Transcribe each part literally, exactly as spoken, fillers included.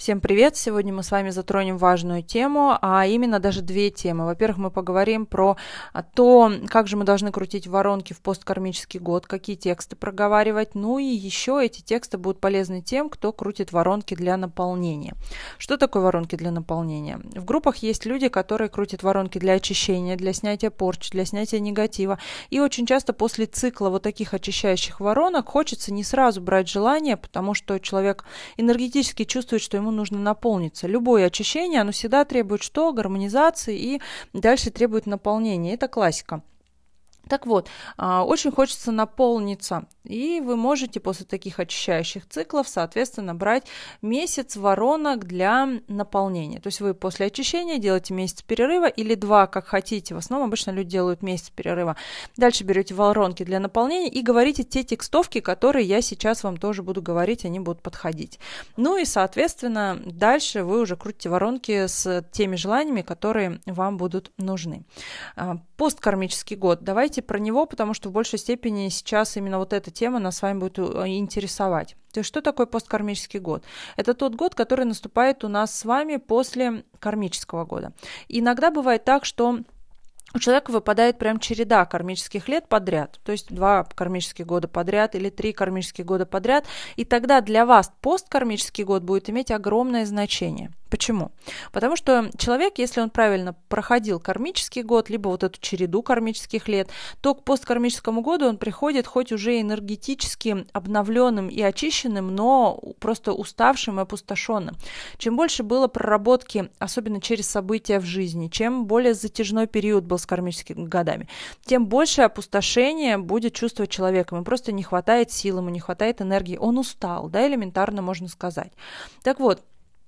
Всем привет! Сегодня мы с вами затронем важную тему, а именно даже две темы. Во-первых, мы поговорим про то, как же мы должны крутить воронки в посткармический год, какие тексты проговаривать. Ну и еще эти тексты будут полезны тем, кто крутит воронки для наполнения. Что такое воронки для наполнения? В группах есть люди, которые крутят воронки для очищения, для снятия порчи, для снятия негатива. И очень часто после цикла вот таких очищающих воронок хочется не сразу брать желание, потому что человек энергетически чувствует, что ему нужно наполниться. Любое очищение, оно всегда требует что? Гармонизации и дальше требует наполнения. Это классика. Так вот, очень хочется наполниться, и вы можете после таких очищающих циклов, соответственно, брать месяц воронок для наполнения. То есть вы после очищения делаете месяц перерыва или два, как хотите. В основном обычно люди делают месяц перерыва. Дальше берете воронки для наполнения и говорите те текстовки, которые я сейчас вам тоже буду говорить, они будут подходить. Ну и, соответственно, дальше вы уже крутите воронки с теми желаниями, которые вам будут нужны. Посткармический год. Давайте про него, потому что в большей степени сейчас именно вот эта тема нас с вами будет интересовать. То есть что такое посткармический год? Это тот год, который наступает у нас с вами после кармического года. И иногда бывает так, что у человека выпадает прям череда кармических лет подряд, то есть два кармических года подряд или три кармических года подряд, и тогда для вас посткармический год будет иметь огромное значение. Почему? Потому что человек, если он правильно проходил кармический год, либо вот эту череду кармических лет, то к посткармическому году он приходит хоть уже энергетически обновленным и очищенным, но просто уставшим и опустошенным. Чем больше было проработки, особенно через события в жизни, чем более затяжной период был с кармическими годами, тем больше опустошение будет чувствовать человек. Ему просто не хватает сил, ему не хватает энергии, он устал, да, элементарно можно сказать. Так вот,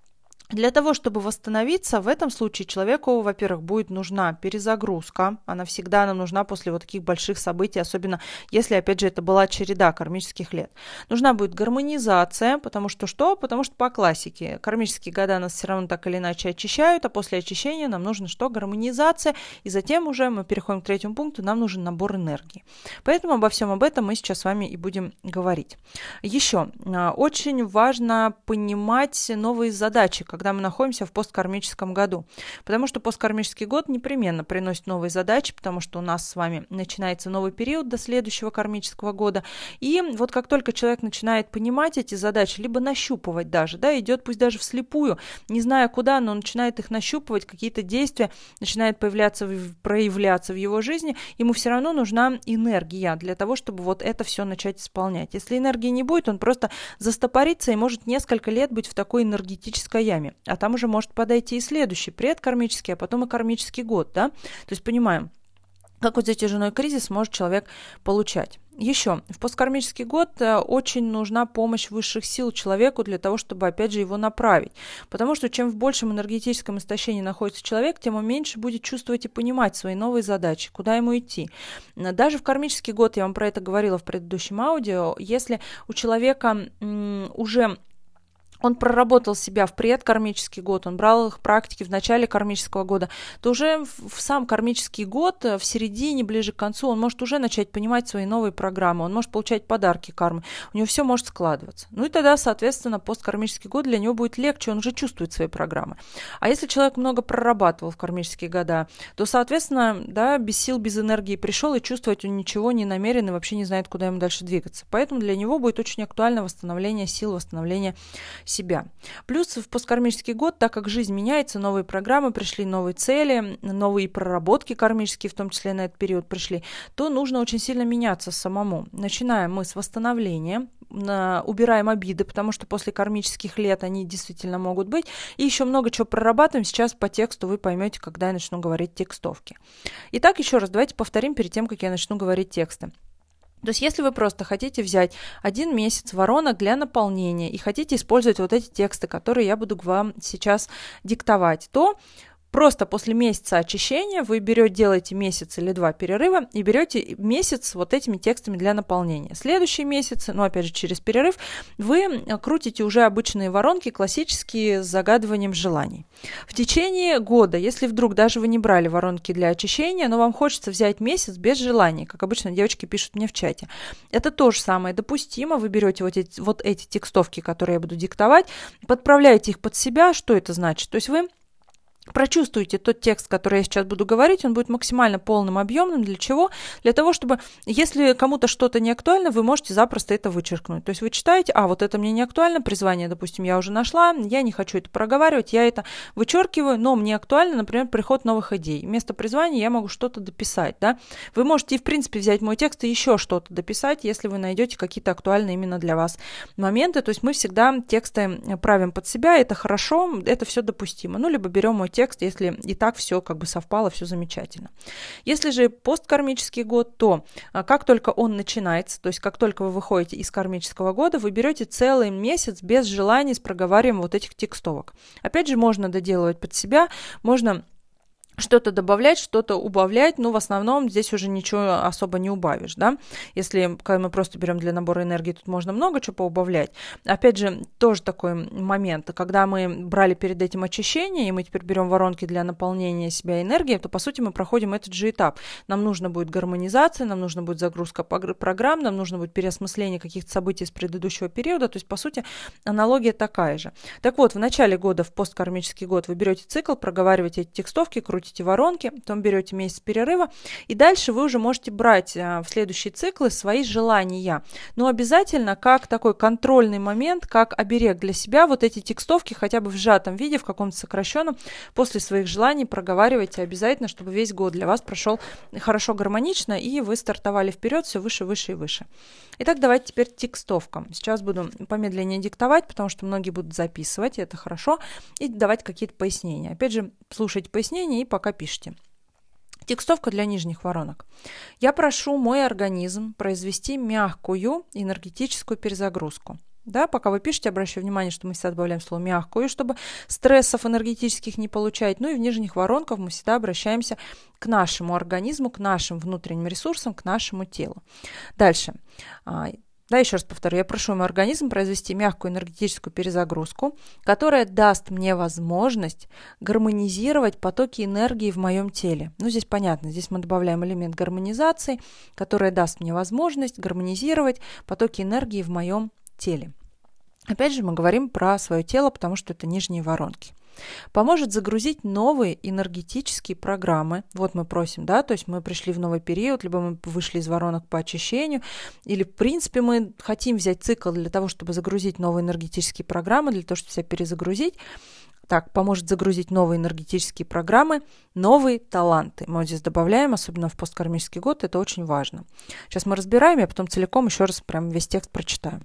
для того, чтобы восстановиться, в этом случае человеку, во-первых, будет нужна перезагрузка. Она всегда нам нужна после вот таких больших событий, особенно если, опять же, это была череда кармических лет. Нужна будет гармонизация, потому что что? Потому что по классике кармические года нас все равно так или иначе очищают, а после очищения нам нужно что? Гармонизация, и затем уже мы переходим к третьему пункту, нам нужен набор энергии. Поэтому обо всем об этом мы сейчас с вами и будем говорить. Еще очень важно понимать новые задачи, когда мы находимся в посткармическом году. Потому что посткармический год непременно приносит новые задачи, потому что у нас с вами начинается новый период до следующего кармического года. И вот как только человек начинает понимать эти задачи, либо нащупывать даже, да, идет пусть даже вслепую, не зная куда, но начинает их нащупывать, какие-то действия начинают появляться, проявляться в его жизни, ему все равно нужна энергия для того, чтобы вот это все начать исполнять. Если энергии не будет, он просто застопорится и может несколько лет быть в такой энергетической яме. А там уже может подойти и следующий, предкармический, а потом и кармический год, да? То есть понимаем, какой затяжной кризис может человек получать. Еще, в посткармический год очень нужна помощь высших сил человеку для того, чтобы, опять же, его направить. Потому что чем в большем энергетическом истощении находится человек, тем он меньше будет чувствовать и понимать свои новые задачи, куда ему идти. Даже в кармический год, я вам про это говорила в предыдущем аудио, если у человека м, уже... он проработал себя в предкармический год, он брал их практики в начале кармического года, то уже в сам кармический год, в середине, ближе к концу, он может уже начать понимать свои новые программы, он может получать подарки кармы, у него все может складываться. Ну и тогда, соответственно, посткармический год для него будет легче, он уже чувствует свои программы. А если человек много прорабатывал в кармические года, то, соответственно, да, без сил, без энергии пришел, и чувствовать он ничего не намерен и вообще не знает, куда ему дальше двигаться. Поэтому для него будет очень актуально восстановление сил, восстановление себя. Плюс в посткармический год, так как жизнь меняется, новые программы пришли, новые цели, новые проработки кармические, в том числе на этот период пришли, то нужно очень сильно меняться самому. Начинаем мы с восстановления, убираем обиды, потому что после кармических лет они действительно могут быть, и еще много чего прорабатываем. Сейчас по тексту вы поймете, когда я начну говорить текстовки. Итак, еще раз давайте повторим перед тем, как я начну говорить тексты. То есть, если вы просто хотите взять один месяц воронок для наполнения и хотите использовать вот эти тексты, которые я буду вам сейчас диктовать, то Просто после месяца очищения вы берете, делаете месяц или два перерыва и берете месяц с вот этими текстами для наполнения. Следующие месяцы, ну опять же через перерыв, вы крутите уже обычные воронки, классические, с загадыванием желаний. В течение года, если вдруг даже вы не брали воронки для очищения, но вам хочется взять месяц без желаний, как обычно девочки пишут мне в чате, это то же самое допустимо. Вы берете вот эти, вот эти текстовки, которые я буду диктовать, подправляете их под себя. Что это значит? То есть вы прочувствуйте тот текст, который я сейчас буду говорить, он будет максимально полным, объемным. Для чего? Для того, чтобы, если кому-то что-то не актуально, вы можете запросто это вычеркнуть. То есть вы читаете, а вот это мне не актуально, призвание, допустим, я уже нашла, я не хочу это проговаривать, я это вычеркиваю, но мне актуально, например, приход новых идей. Вместо призвания я могу что-то дописать, да. Вы можете, в принципе, взять мой текст и еще что-то дописать, если вы найдете какие-то актуальные именно для вас моменты. То есть мы всегда тексты правим под себя, это хорошо, это все допустимо. Ну, либо берем мой текст, текст, если и так все как бы совпало, все замечательно. Если же посткармический год, то как только он начинается, то есть как только вы выходите из кармического года, вы берете целый месяц без желаний с проговариванием вот этих текстовок. Опять же, можно доделывать под себя, можно что-то добавлять, что-то убавлять, но в основном здесь уже ничего особо не убавишь, да. Если когда мы просто берем для набора энергии, тут можно много чего поубавлять. Опять же, тоже такой момент, когда мы брали перед этим очищение, и мы теперь берем воронки для наполнения себя энергией, то, по сути, мы проходим этот же этап. Нам нужно будет гармонизация, нам нужно будет загрузка программ, нам нужно будет переосмысление каких-то событий с предыдущего периода, то есть, по сути, аналогия такая же. Так вот, в начале года, в посткармический год, вы берете цикл, проговариваете эти текстовки, крутите воронки, потом берете месяц перерыва, и дальше вы уже можете брать а, в следующие циклы свои желания. Но обязательно, как такой контрольный момент, как оберег для себя, вот эти текстовки хотя бы в сжатом виде, в каком-то сокращенном, после своих желаний проговаривайте обязательно, чтобы весь год для вас прошел хорошо, гармонично, и вы стартовали вперед все выше, выше и выше. Итак, давайте теперь текстовкам. Сейчас буду помедленнее диктовать, потому что многие будут записывать, и это хорошо, и давать какие-то пояснения. Опять же, слушайте пояснения и пока пишите. Текстовка для нижних воронок. Я прошу мой организм произвести мягкую энергетическую перезагрузку. Да, пока вы пишете, обращаю внимание, что мы всегда добавляем слово «мягкую», чтобы стрессов энергетических не получать. Ну и в нижних воронках мы всегда обращаемся к нашему организму, к нашим внутренним ресурсам, к нашему телу. Дальше. Да, еще раз повторю, я прошу мой организм произвести мягкую энергетическую перезагрузку, которая даст мне возможность гармонизировать потоки энергии в моем теле. Ну, здесь понятно, здесь мы добавляем элемент гармонизации, которая даст мне возможность гармонизировать потоки энергии в моем теле. Опять же, мы говорим про свое тело, потому что это нижние воронки. Поможет загрузить новые энергетические программы. Вот мы просим, да, то есть мы пришли в новый период, либо мы вышли из воронок по очищению, или, в принципе, мы хотим взять цикл для того, чтобы загрузить новые энергетические программы, для того, чтобы себя перезагрузить. Так, поможет загрузить новые энергетические программы, новые таланты. Мы вот здесь добавляем, особенно в посткармический год, это очень важно. Сейчас мы разбираем, я потом целиком еще раз прям весь текст прочитаю.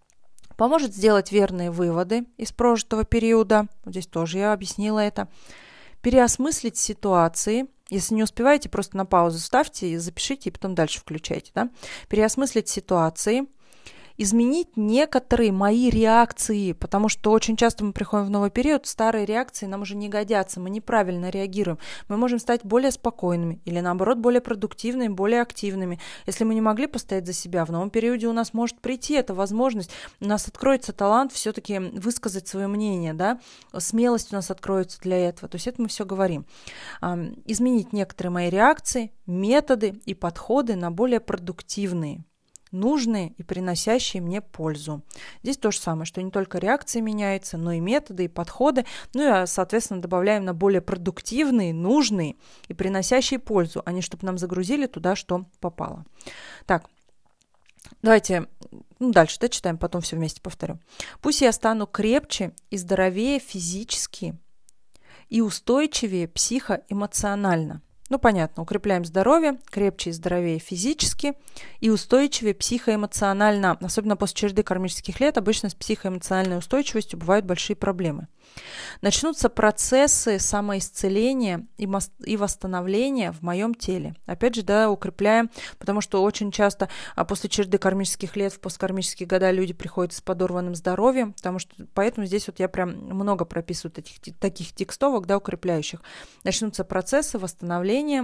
Поможет сделать верные выводы из прожитого периода. Вот здесь тоже я объяснила это. Переосмыслить ситуации. Если не успеваете, просто на паузу ставьте, запишите и потом дальше включайте. Да? Переосмыслить ситуации. Изменить некоторые мои реакции, потому что очень часто мы приходим в новый период, старые реакции нам уже не годятся, мы неправильно реагируем. Мы можем стать более спокойными или, наоборот, более продуктивными, более активными. Если мы не могли постоять за себя, в новом периоде у нас может прийти эта возможность, у нас откроется талант все-таки высказать свое мнение, да? Смелость у нас откроется для этого. То есть это мы все говорим. Изменить некоторые мои реакции, методы и подходы на более продуктивные, нужные и приносящие мне пользу. Здесь то же самое, что не только реакции меняются, но и методы, и подходы. Ну и, соответственно, добавляем на более продуктивные, нужные и приносящие пользу, а не чтобы нам загрузили туда, что попало. Так, давайте ну, дальше дочитаем, потом все вместе повторю. Пусть я стану крепче и здоровее физически и устойчивее психоэмоционально. Ну, понятно, укрепляем здоровье, крепче и здоровее физически и устойчивее психоэмоционально. Особенно после череды кармических лет обычно с психоэмоциональной устойчивостью бывают большие проблемы. Начнутся процессы самоисцеления и, мос- и восстановления в моем теле. Опять же, да, укрепляем, потому что очень часто а после череды кармических лет в посткармические года люди приходят с подорванным здоровьем, потому что поэтому здесь вот я прям много прописываю таких, таких текстовок, да, укрепляющих. Начнутся процессы восстановления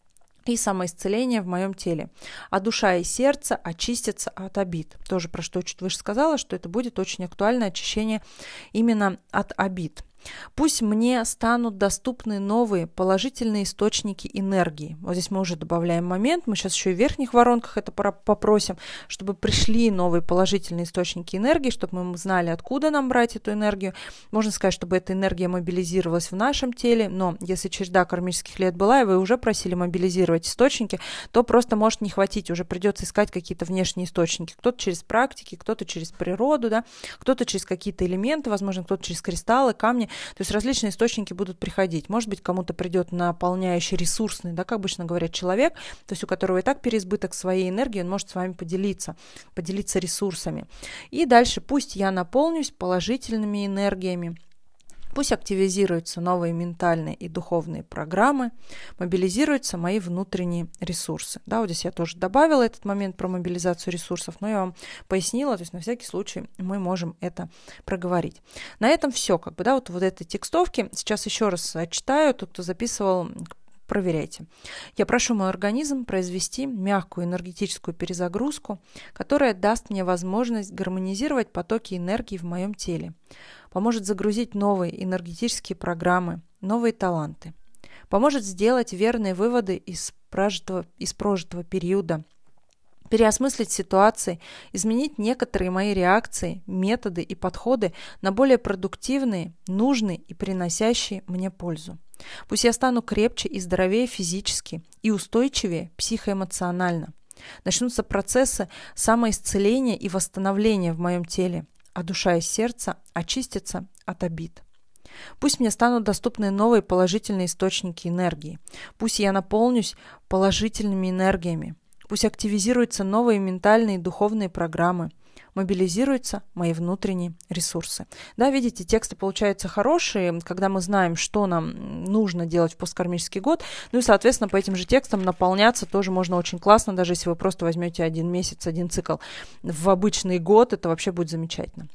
и самоисцеление в моем теле. А душа и сердце очистятся от обид. Тоже про что чуть выше сказала, что это будет очень актуальное очищение именно от обид. Пусть мне станут доступны новые положительные источники энергии. Вот здесь мы уже добавляем момент. Мы сейчас еще и в верхних воронках это попросим, чтобы пришли новые положительные источники энергии, чтобы мы знали, откуда нам брать эту энергию. Можно сказать, чтобы эта энергия мобилизировалась в нашем теле, но если череда кармических лет была, и вы уже просили мобилизировать источники, то просто может не хватить, уже придется искать какие-то внешние источники. Кто-то через практики, кто-то через природу, да, кто-то через какие-то элементы, возможно, кто-то через кристаллы, камни. То есть различные источники будут приходить. Может быть, кому-то придет наполняющий ресурсный, да, как обычно говорят, человек, то есть у которого и так переизбыток своей энергии, он может с вами поделиться, поделиться ресурсами. И дальше пусть я наполнюсь положительными энергиями. Пусть активизируются новые ментальные и духовные программы, мобилизируются мои внутренние ресурсы. Да, вот здесь я тоже добавила этот момент про мобилизацию ресурсов, но я вам пояснила, то есть на всякий случай мы можем это проговорить. На этом все, как бы, да, вот, вот этой текстовки. Сейчас еще раз читаю, тот, кто записывал, проверяйте. Я прошу мой организм произвести мягкую энергетическую перезагрузку, которая даст мне возможность гармонизировать потоки энергии в моем теле, поможет загрузить новые энергетические программы, новые таланты, поможет сделать верные выводы из прожитого, из прожитого периода, переосмыслить ситуации, изменить некоторые мои реакции, методы и подходы на более продуктивные, нужные и приносящие мне пользу. Пусть я стану крепче и здоровее физически и устойчивее психоэмоционально. Начнутся процессы самоисцеления и восстановления в моем теле, а душа и сердце очистятся от обид. Пусть мне станут доступны новые положительные источники энергии. Пусть я наполнюсь положительными энергиями. Пусть активизируются новые ментальные и духовные программы. Мобилизируются мои внутренние ресурсы. Да, видите, тексты получаются хорошие, когда мы знаем, что нам нужно делать в посткармический год. Ну и, соответственно, по этим же текстам наполняться тоже можно очень классно, даже если вы просто возьмете один месяц, один цикл в обычный год, это вообще будет замечательно.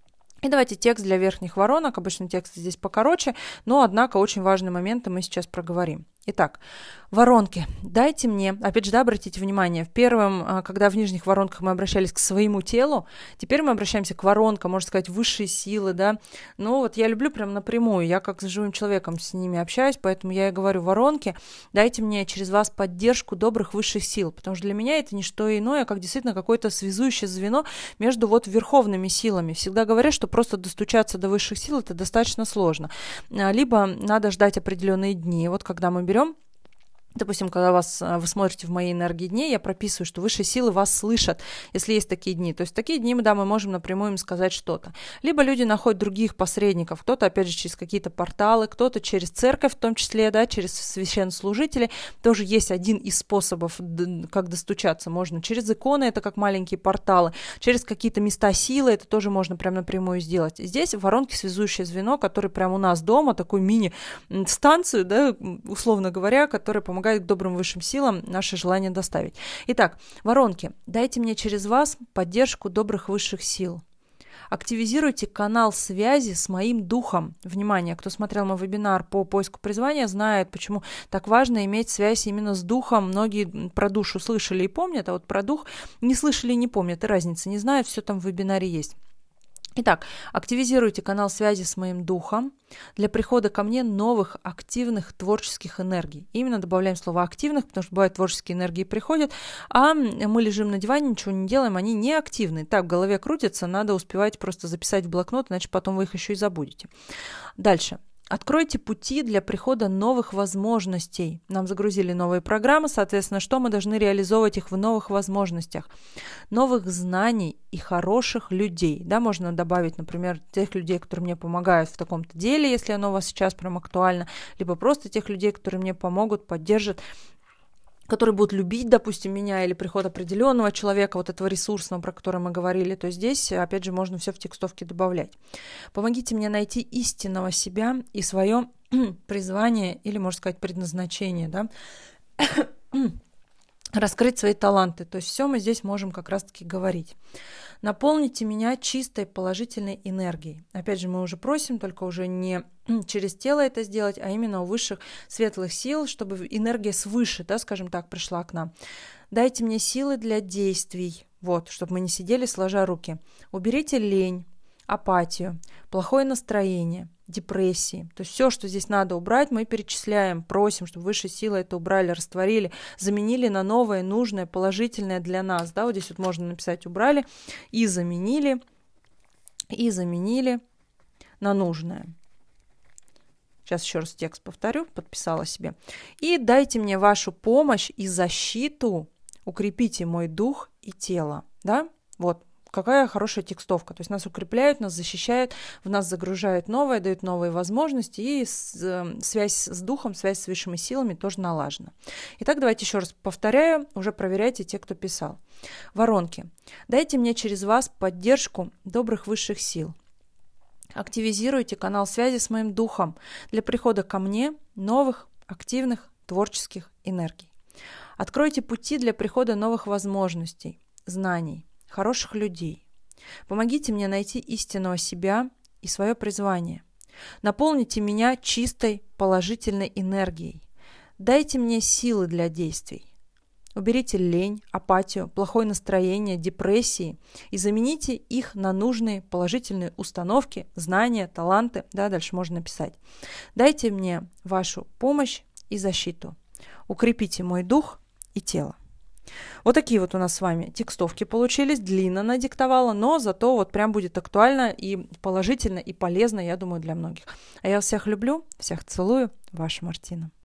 И давайте текст для верхних воронок. Обычно тексты здесь покороче, но, однако, очень важные моменты мы сейчас проговорим. Итак, воронки. Дайте мне, опять же, да, обратите внимание, в первом, когда в нижних воронках мы обращались к своему телу, теперь мы обращаемся к воронкам, можно сказать, высшие силы, да. Ну вот я люблю прям напрямую, я как с живым человеком с ними общаюсь, поэтому я и говорю: воронки, дайте мне через вас поддержку добрых высших сил, потому что для меня это не что иное, как действительно какое-то связующее звено между вот верховными силами. Всегда говорят, что просто достучаться до высших сил это достаточно сложно. Либо надо ждать определенные дни. Вот когда мы берем, допустим, когда вас, вы смотрите в мои энергии дни, я прописываю, что высшие силы вас слышат, если есть такие дни. То есть такие дни, да, мы можем напрямую им сказать что-то. Либо люди находят других посредников, кто-то, опять же, через какие-то порталы, кто-то через церковь, в том числе, да, через священнослужителей. Тоже есть один из способов, как достучаться. Можно через иконы, это как маленькие порталы, через какие-то места силы, это тоже можно прям напрямую сделать. Здесь в воронке связующее звено, которое прямо у нас дома, такую мини-станцию, да, условно говоря, которая помогает помогает добрым высшим силам наше желание доставить. Итак, воронки, дайте мне через вас поддержку добрых высших сил. Активизируйте канал связи с моим духом. Внимание, кто смотрел мой вебинар по поиску призвания, знает, почему так важно иметь связь именно с духом. Многие про душу слышали и помнят, а вот про дух не слышали и не помнят, и разницы не знают, все там в вебинаре есть. Итак, активизируйте канал связи с моим духом для прихода ко мне новых активных творческих энергий. Именно добавляем слово «активных», потому что бывают творческие энергии приходят, а мы лежим на диване, ничего не делаем, они не активны. Так, в голове крутятся, надо успевать просто записать в блокнот, иначе потом вы их еще и забудете. Дальше. Откройте пути для прихода новых возможностей. Нам загрузили новые программы, соответственно, что мы должны реализовывать их в новых возможностях, новых знаний и хороших людей. Да, можно добавить, например, тех людей, которые мне помогают в таком-то деле, если оно у вас сейчас прям актуально, либо просто тех людей, которые мне помогут, поддержат которые будут любить, допустим, меня или приход определенного человека, вот этого ресурсного, про который мы говорили, то здесь, опять же, можно все в текстовке добавлять. Помогите мне найти истинного себя и свое призвание или, можно сказать, предназначение, да, раскрыть свои таланты. То есть все мы здесь можем как раз-таки говорить. Наполните меня чистой положительной энергией. Опять же, мы уже просим, только уже не через тело это сделать, а именно у высших светлых сил, чтобы энергия свыше, да, скажем так, пришла к нам. Дайте мне силы для действий, вот, чтобы мы не сидели сложа руки. Уберите лень, апатию, плохое настроение, депрессии. То есть все, что здесь надо убрать, мы перечисляем, просим, чтобы высшие силы это убрали, растворили, заменили на новое, нужное, положительное для нас. Да, вот здесь вот можно написать убрали и заменили, и заменили на нужное. Сейчас еще раз текст повторю, подписала себе. И дайте мне вашу помощь и защиту, укрепите мой дух и тело. Да, вот. Какая хорошая текстовка. То есть нас укрепляют, нас защищают, в нас загружают новое, дают новые возможности, и с, э, связь с духом, связь с высшими силами тоже налажена. Итак, давайте еще раз повторяю, уже проверяйте те, кто писал. Воронки. Дайте мне через вас поддержку добрых высших сил. Активизируйте канал связи с моим духом для прихода ко мне новых, активных, творческих энергий. Откройте пути для прихода новых возможностей, знаний, хороших людей. Помогите мне найти истинного себя и свое призвание. Наполните меня чистой, положительной энергией. Дайте мне силы для действий. Уберите лень, апатию, плохое настроение, депрессии и замените их на нужные положительные установки, знания, таланты. Да, дальше можно написать. Дайте мне вашу помощь и защиту. Укрепите мой дух и тело. Вот такие вот у нас с вами текстовки получились, длинно надиктовала, но зато вот прям будет актуально и положительно, и полезно, я думаю, для многих. А я всех люблю, всех целую, ваша Мартина.